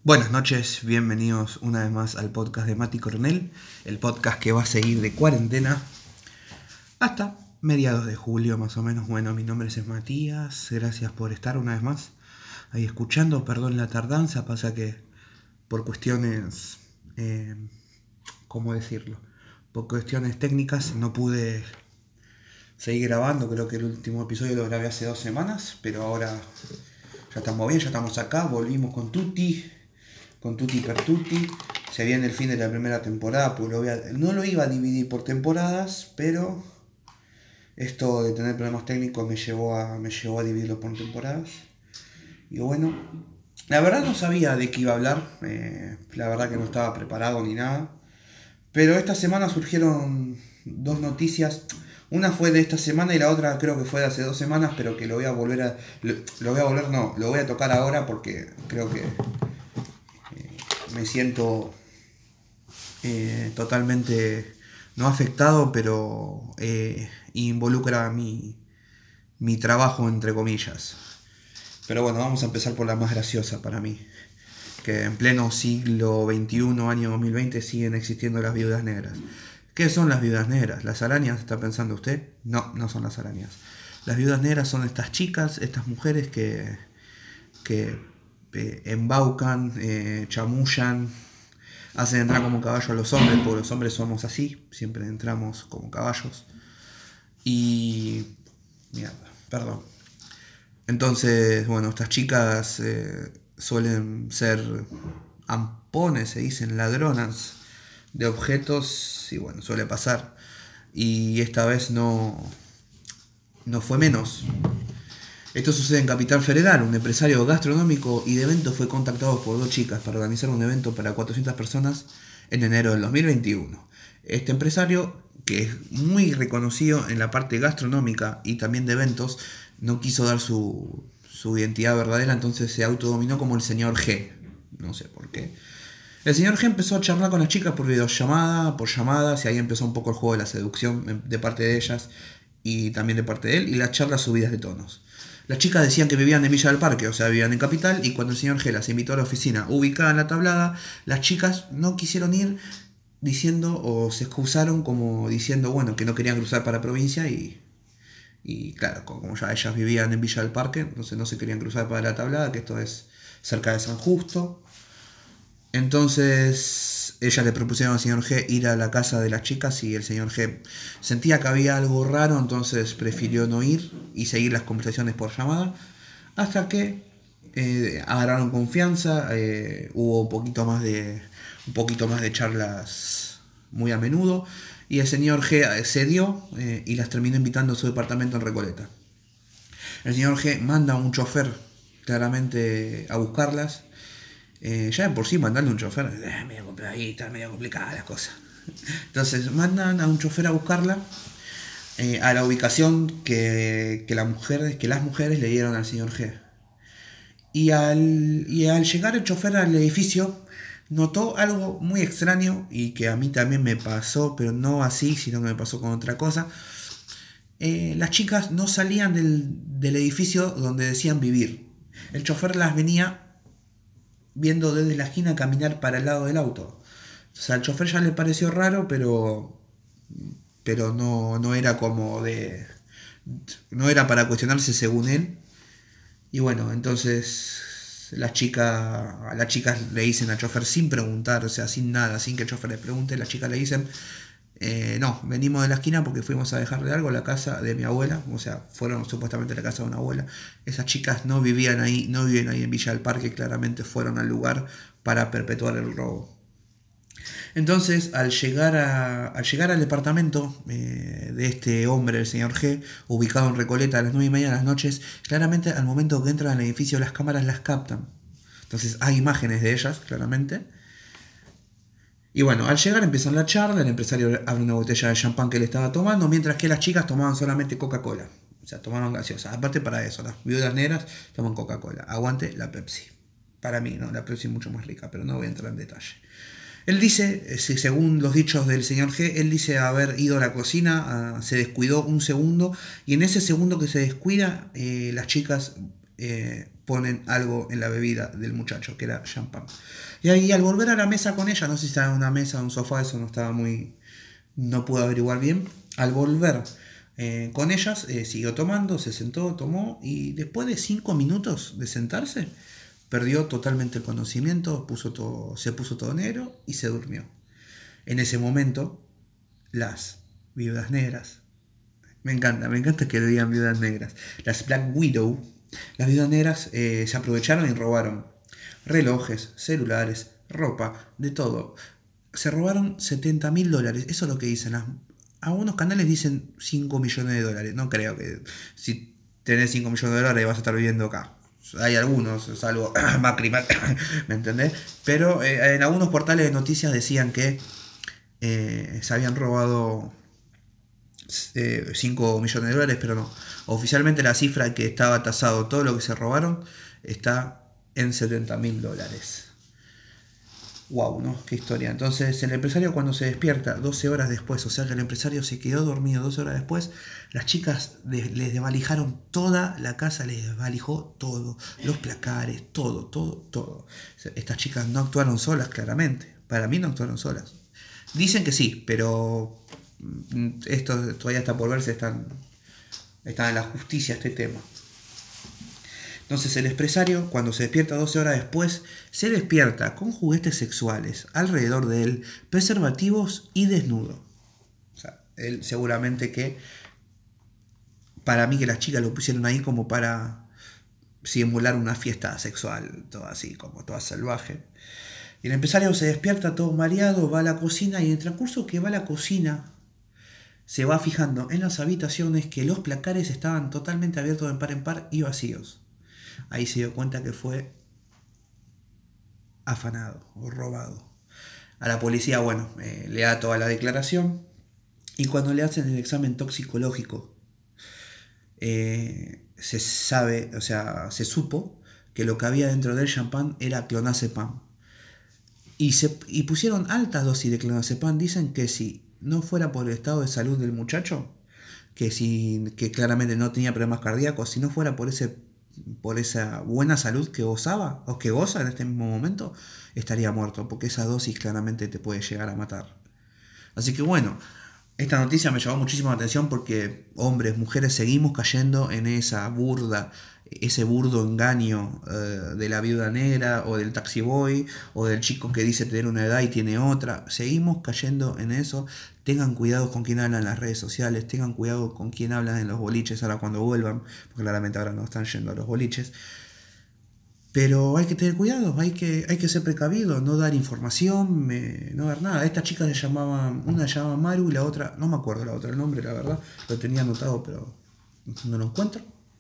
Buenas noches, bienvenidos una vez más al podcast de Mati Coronel, el podcast que va a seguir de cuarentena hasta mediados de julio más o menos. Bueno, mi nombre es Matías, gracias por estar una vez más ahí escuchando, perdón la tardanza, pasa que por cuestiones, ¿cómo decirlo? Por cuestiones técnicas no pude seguir grabando, creo que el último episodio lo grabé hace 2 semanas, pero ahora ya estamos bien, ya estamos acá, volvimos con Tutti per Tutti. Se viene el fin de la primera temporada, pues no lo iba a dividir por temporadas, pero esto de tener problemas técnicos me llevó a dividirlo por temporadas. Y bueno, la verdad no sabía de qué iba a hablar, la verdad que no estaba preparado ni nada. Pero esta semana surgieron 2 noticias. Una fue de esta semana y la otra creo que fue de hace 2 semanas, pero que lo voy a tocar ahora porque creo que me siento totalmente no afectado, pero involucra mi trabajo, entre comillas. Pero bueno, vamos a empezar por la más graciosa para mí. Que en pleno siglo XXI, año 2020, siguen existiendo las viudas negras. ¿Qué son las viudas negras? ¿Las arañas? ¿Está pensando usted? No, no son las arañas. Las viudas negras son estas chicas, estas mujeres que embaucan, chamullan, hacen entrar como caballo a los hombres, porque los hombres somos así, siempre entramos como caballos. Y... mierda, perdón. Entonces, bueno, estas chicas suelen ser ampones, se dicen, ladronas de objetos, y bueno, suele pasar. Y esta vez no fue menos. Esto sucede en Capital Federal. Un empresario gastronómico y de eventos fue contactado por 2 chicas para organizar un evento para 400 personas en enero del 2021. Este empresario, que es muy reconocido en la parte gastronómica y también de eventos, no quiso dar su identidad verdadera, entonces se autodominó como el señor G. No sé por qué. El señor G empezó a charlar con las chicas por videollamada, por llamadas, y ahí empezó un poco el juego de la seducción de parte de ellas y también de parte de él, y las charlas subidas de tonos. Las chicas decían que vivían en Villa del Parque, o sea, vivían en Capital, y cuando el señor G las invitó a la oficina ubicada en la Tablada, las chicas no quisieron ir diciendo, o se excusaron como diciendo, bueno, que no querían cruzar para provincia, y claro, como ya ellas vivían en Villa del Parque, entonces no se querían cruzar para la Tablada, que esto es cerca de San Justo. Entonces ellas le propusieron al señor G ir a la casa de las chicas y el señor G sentía que había algo raro, entonces prefirió no ir y seguir las conversaciones por llamada, hasta que agarraron confianza, hubo un poquito más de charlas muy a menudo, y el señor G cedió y las terminó invitando a su departamento en Recoleta. El señor G manda a un chofer claramente a buscarlas. Ya de por sí mandarle un chofer, ahí está medio complicada las cosas. Entonces mandan a un chofer a buscarla a la ubicación que las mujeres le dieron al señor G. Y al llegar el chofer al edificio, notó algo muy extraño y que a mí también me pasó, pero no así, sino que me pasó con otra cosa. Las chicas no salían del edificio donde decían vivir. El chofer las venía viendo desde la esquina caminar para el lado del auto. O sea, al chofer ya le pareció raro, pero no era como de... no era para cuestionarse según él. Y bueno, entonces las chicas le dicen al chofer sin preguntar, o sea, sin nada, sin que el chofer le pregunte, las chicas le dicen, no, venimos de la esquina porque fuimos a dejarle algo a la casa de mi abuela, o sea, fueron supuestamente a la casa de una abuela. Esas chicas no vivían ahí en Villa del Parque, claramente fueron al lugar para perpetuar el robo. Entonces, al llegar al departamento de este hombre, el señor G, ubicado en Recoleta a las 9:30 de las noches, claramente al momento que entran al edificio las cámaras las captan. Entonces hay imágenes de ellas, claramente. Y bueno, al llegar empiezan la charla, el empresario abre una botella de champán que él estaba tomando, mientras que las chicas tomaban solamente Coca-Cola. O sea, tomaban gaseosa. Aparte para eso, las viudas negras toman Coca-Cola. Aguante la Pepsi. Para mí, no, la Pepsi es mucho más rica, pero no voy a entrar en detalle. Él dice, según los dichos del señor G, él dice haber ido a la cocina, se descuidó un segundo, y en ese segundo que se descuida, las chicas ponen algo en la bebida del muchacho, que era champán. Y ahí al volver a la mesa con ella, no sé si estaba en una mesa o un sofá, eso no estaba muy... no pude averiguar bien. Al volver con ellas, siguió tomando, se sentó, tomó, y después de 5 minutos de sentarse, perdió totalmente el conocimiento, se puso todo negro y se durmió. En ese momento, las viudas negras, me encanta que le digan viudas negras, las Black Widow, las viudas negras se aprovecharon y robaron relojes, celulares, ropa, de todo. Se robaron $70.000, eso es lo que dicen. Algunos canales dicen 5 millones de dólares, no creo que si tenés 5 millones de dólares vas a estar viviendo acá. Hay algunos, salvo Macri, ¿me entendés? Pero en algunos portales de noticias decían que se habían robado 5 millones de dólares, pero no. Oficialmente la cifra que estaba tasado todo lo que se robaron está en $70.000. Wow, ¿no? Qué historia. Entonces el empresario cuando se despierta 12 horas después, o sea que el empresario se quedó dormido 12 horas después, las chicas les desvalijaron toda la casa, les desvalijó todo, los placares, todo. Estas chicas no actuaron solas, claramente. Para mí no actuaron solas. Dicen que sí, pero esto todavía está por verse, está en la justicia este tema. Entonces el empresario, cuando se despierta 12 horas después, se despierta con juguetes sexuales alrededor de él, preservativos y desnudo. O sea, él seguramente que, para mí que las chicas lo pusieron ahí como para simular una fiesta sexual, todo así, como toda salvaje. Y el empresario se despierta todo mareado, va a la cocina y en el transcurso que va a la cocina se va fijando en las habitaciones que los placares estaban totalmente abiertos de par en par y vacíos. Ahí se dio cuenta que fue afanado o robado. A la policía, bueno, le da toda la declaración y cuando le hacen el examen toxicológico se sabe, o sea, se supo que lo que había dentro del champán era clonazepam. Y pusieron altas dosis de clonazepam. Dicen que si no fuera por el estado de salud del muchacho, que claramente no tenía problemas cardíacos, si no fuera por esa buena salud que gozaba o que goza en este mismo momento, estaría muerto, porque esa dosis claramente te puede llegar a matar. Así que bueno, esta noticia me llamó muchísimo la atención porque hombres, mujeres, seguimos cayendo en ese burdo engaño de la viuda negra o del taxi boy o del chico que dice tener una edad y tiene otra. Seguimos cayendo en eso. Tengan cuidado con quién hablan en las redes sociales, tengan cuidado con quién hablan en los boliches ahora cuando vuelvan, porque claramente ahora no están yendo a los boliches. Pero hay que tener cuidado, hay que ser precavido, no dar información, no dar nada. Esta chica una se llamaba Maru y la otra, no me acuerdo el nombre, la verdad, lo tenía anotado pero no lo encuentro.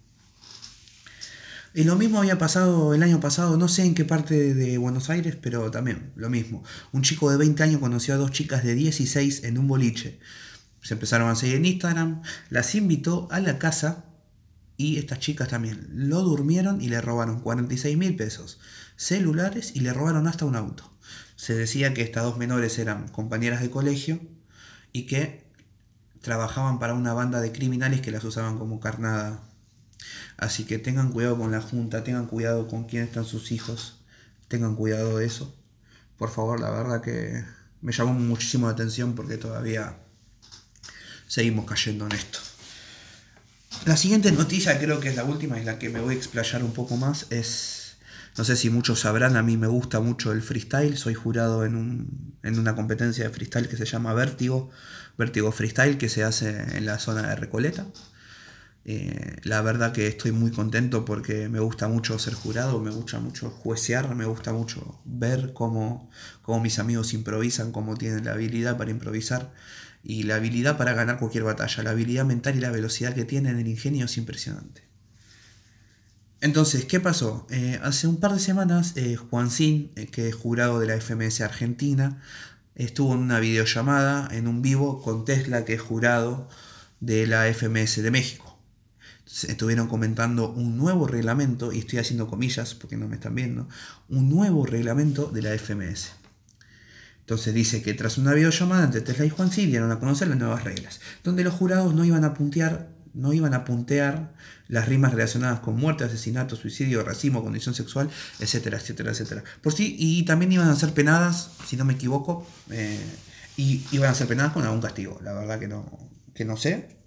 Y lo mismo había pasado el año pasado, no sé en qué parte de Buenos Aires, pero también lo mismo. Un chico de 20 años conoció a dos chicas de 16 en un boliche. Se empezaron a seguir en Instagram, las invitó a la casa y estas chicas también lo durmieron y le robaron 46.000 pesos, celulares y le robaron hasta un auto. Se decía que estas dos menores eran compañeras de colegio y que trabajaban para una banda de criminales que las usaban como carnada. Así que tengan cuidado con la junta, tengan cuidado con quién están sus hijos, tengan cuidado de eso. Por favor, la verdad que me llamó muchísimo la atención porque todavía seguimos cayendo en esto. La siguiente noticia, creo que es la última y la que me voy a explayar un poco más, es, no sé si muchos sabrán, a mí me gusta mucho el freestyle, soy jurado en una competencia de freestyle que se llama Vértigo Freestyle, que se hace en la zona de Recoleta. La verdad que estoy muy contento porque me gusta mucho ser jurado, me gusta mucho juecear, me gusta mucho ver cómo mis amigos improvisan, cómo tienen la habilidad para improvisar y la habilidad para ganar cualquier batalla. La habilidad mental y la velocidad que tienen, el ingenio es impresionante. Entonces, ¿qué pasó? Hace un par de semanas Juancín, que es jurado de la FMS Argentina, estuvo en una videollamada, en un vivo, con Tesla, que es jurado de la FMS de México. Estuvieron comentando un nuevo reglamento, y estoy haciendo comillas porque no me están viendo, un nuevo reglamento de la FMS. Entonces dice que tras una videollamada entre Tesla y Juancín dieron a conocer las nuevas reglas, donde los jurados no iban a puntear no iban a puntear las rimas relacionadas con muerte, asesinato, suicidio, racismo, condición sexual, etcétera, etcétera, etcétera. Por sí, y también iban a ser penadas, si no me equivoco, y iban a ser penadas con algún castigo. La verdad que no sé.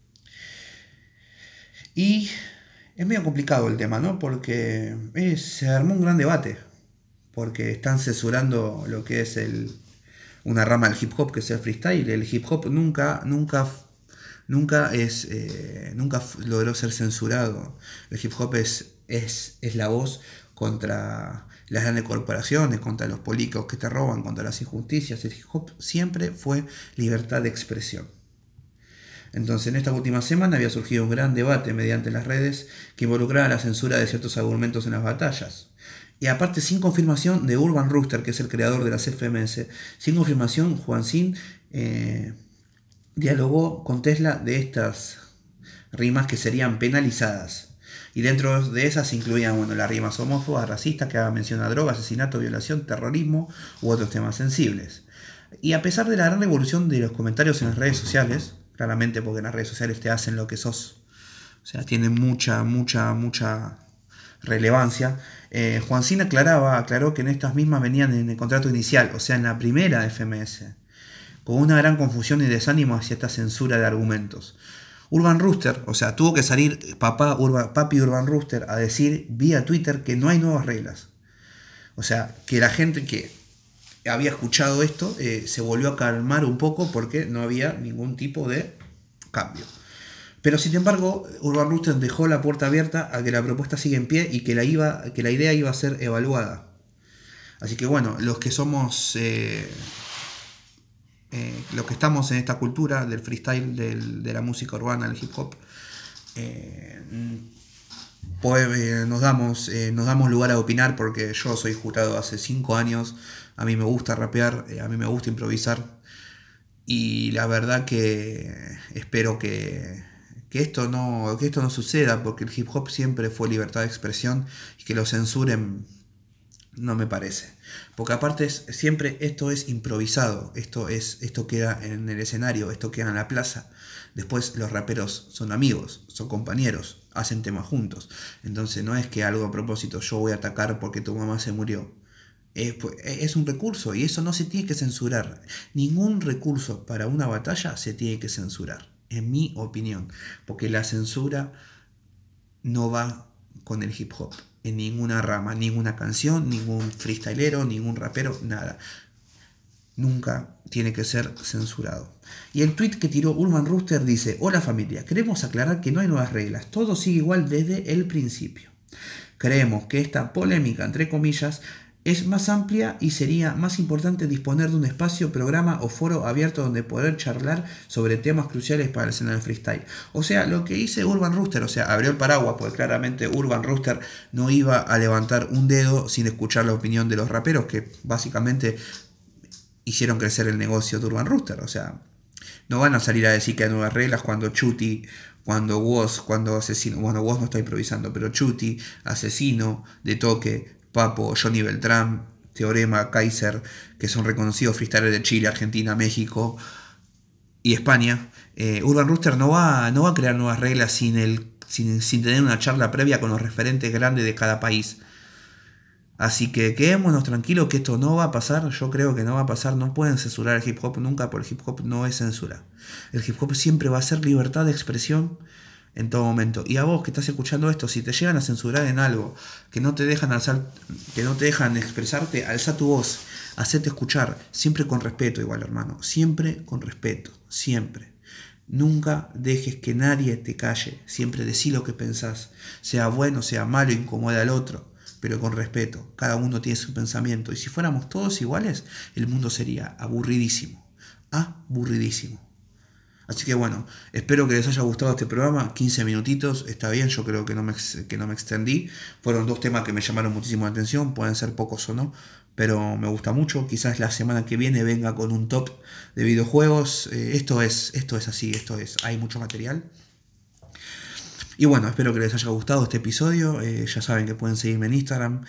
Y es medio complicado el tema, ¿no? Porque se armó un gran debate. Porque están censurando lo que es una rama del hip hop, que es el freestyle. El hip hop nunca logró ser censurado. El hip hop es la voz contra las grandes corporaciones, contra los políticos que te roban, contra las injusticias. El hip hop siempre fue libertad de expresión. Entonces, en esta última semana había surgido un gran debate mediante las redes que involucraba la censura de ciertos argumentos en las batallas. Y aparte, sin confirmación de Urban Rooster, que es el creador de las FMS, sin confirmación, Juancín dialogó con Tesla de estas rimas que serían penalizadas. Y dentro de esas se incluían las rimas homófobas, racistas, que hagan mención a droga, asesinato, violación, terrorismo u otros temas sensibles. Y a pesar de la gran evolución de los comentarios en las redes sociales, claramente porque en las redes sociales te hacen lo que sos, o sea, tienen mucha relevancia, Juancín aclaró que en estas mismas venían en el contrato inicial, o sea, en la primera FMS, con una gran confusión y desánimo hacia esta censura de argumentos. Urban Rooster, o sea, tuvo que salir papi Urban Rooster a decir vía Twitter que no hay nuevas reglas. O sea, que la gente que había escuchado esto se volvió a calmar un poco porque no había ningún tipo de cambio. Pero sin embargo, Urban Rooster dejó la puerta abierta a que la propuesta siga en pie y que la idea iba a ser evaluada. Así que bueno, los que somos... los que estamos en esta cultura del freestyle, de la música urbana, del hip hop, nos damos lugar a opinar, porque yo soy jurado hace 5 años, a mí me gusta rapear, a mí me gusta improvisar, y la verdad que espero que esto no suceda, porque el hip hop siempre fue libertad de expresión, y que lo censuren no me parece. Porque aparte siempre esto es improvisado, esto queda en el escenario, esto queda en la plaza. Después los raperos son amigos, son compañeros, hacen temas juntos. Entonces no es que algo a propósito yo voy a atacar porque tu mamá se murió. Es un recurso y eso no se tiene que censurar. Ningún recurso para una batalla se tiene que censurar, en mi opinión. Porque la censura no va con el hip hop en ninguna rama, ninguna canción, ningún freestylero, ningún rapero, nada. Nunca tiene que ser censurado. Y el tweet que tiró Urban Rooster dice: hola familia, queremos aclarar que no hay nuevas reglas, todo sigue igual desde el principio. Creemos que esta polémica, entre comillas, es más amplia y sería más importante disponer de un espacio, programa o foro abierto donde poder charlar sobre temas cruciales para la escena del freestyle. O sea, lo que dice Urban Rooster, o sea, abrió el paraguas, porque claramente Urban Rooster no iba a levantar un dedo sin escuchar la opinión de los raperos, que básicamente hicieron crecer el negocio de Urban Rooster. O sea, no van a salir a decir que hay nuevas reglas cuando Chuti, cuando Woz, cuando Asesino, bueno, Woz no está improvisando, pero Chuti, Asesino, De Toque, Papo, Johnny Beltrán, Teorema, Kaiser, que son reconocidos freestylers de Chile, Argentina, México y España. Urban Rooster no va a crear nuevas reglas sin tener una charla previa con los referentes grandes de cada país. Así que quedémonos tranquilos que esto no va a pasar. Yo creo que no va a pasar. No pueden censurar el hip hop nunca, porque el hip hop no es censura. El hip hop siempre va a ser libertad de expresión en todo momento. Y a vos que estás escuchando esto, si te llegan a censurar en algo, que no te dejan expresarte, alza tu voz, hacete escuchar, siempre con respeto igual, hermano, siempre con respeto, siempre. Nunca dejes que nadie te calle, siempre decí lo que pensás, sea bueno, sea malo, incomoda al otro, pero con respeto. Cada uno tiene su pensamiento, y si fuéramos todos iguales, el mundo sería aburridísimo, aburridísimo. Así que bueno, espero que les haya gustado este programa. 15 minutitos, está bien, yo creo que no me extendí. Fueron 2 temas que me llamaron muchísimo la atención, pueden ser pocos o no, pero me gusta mucho. Quizás la semana que viene venga con un top de videojuegos. Esto es así, hay mucho material. Y bueno, espero que les haya gustado este episodio. Ya saben que pueden seguirme en Instagram.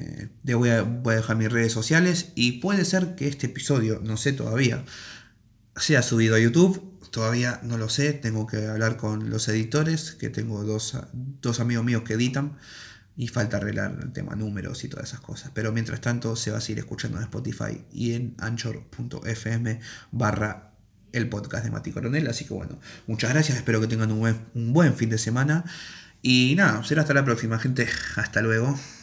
Voy a dejar mis redes sociales, y puede ser que este episodio, no sé todavía, se ha subido a YouTube. Todavía no lo sé, tengo que hablar con los editores, que tengo dos amigos míos que editan. Y falta arreglar el tema números y todas esas cosas. Pero mientras tanto se va a seguir escuchando en Spotify y en anchor.fm barra el podcast de Mati Coronel. Así que bueno, muchas gracias. Espero que tengan un buen fin de semana. Y nada, será hasta la próxima, gente. Hasta luego.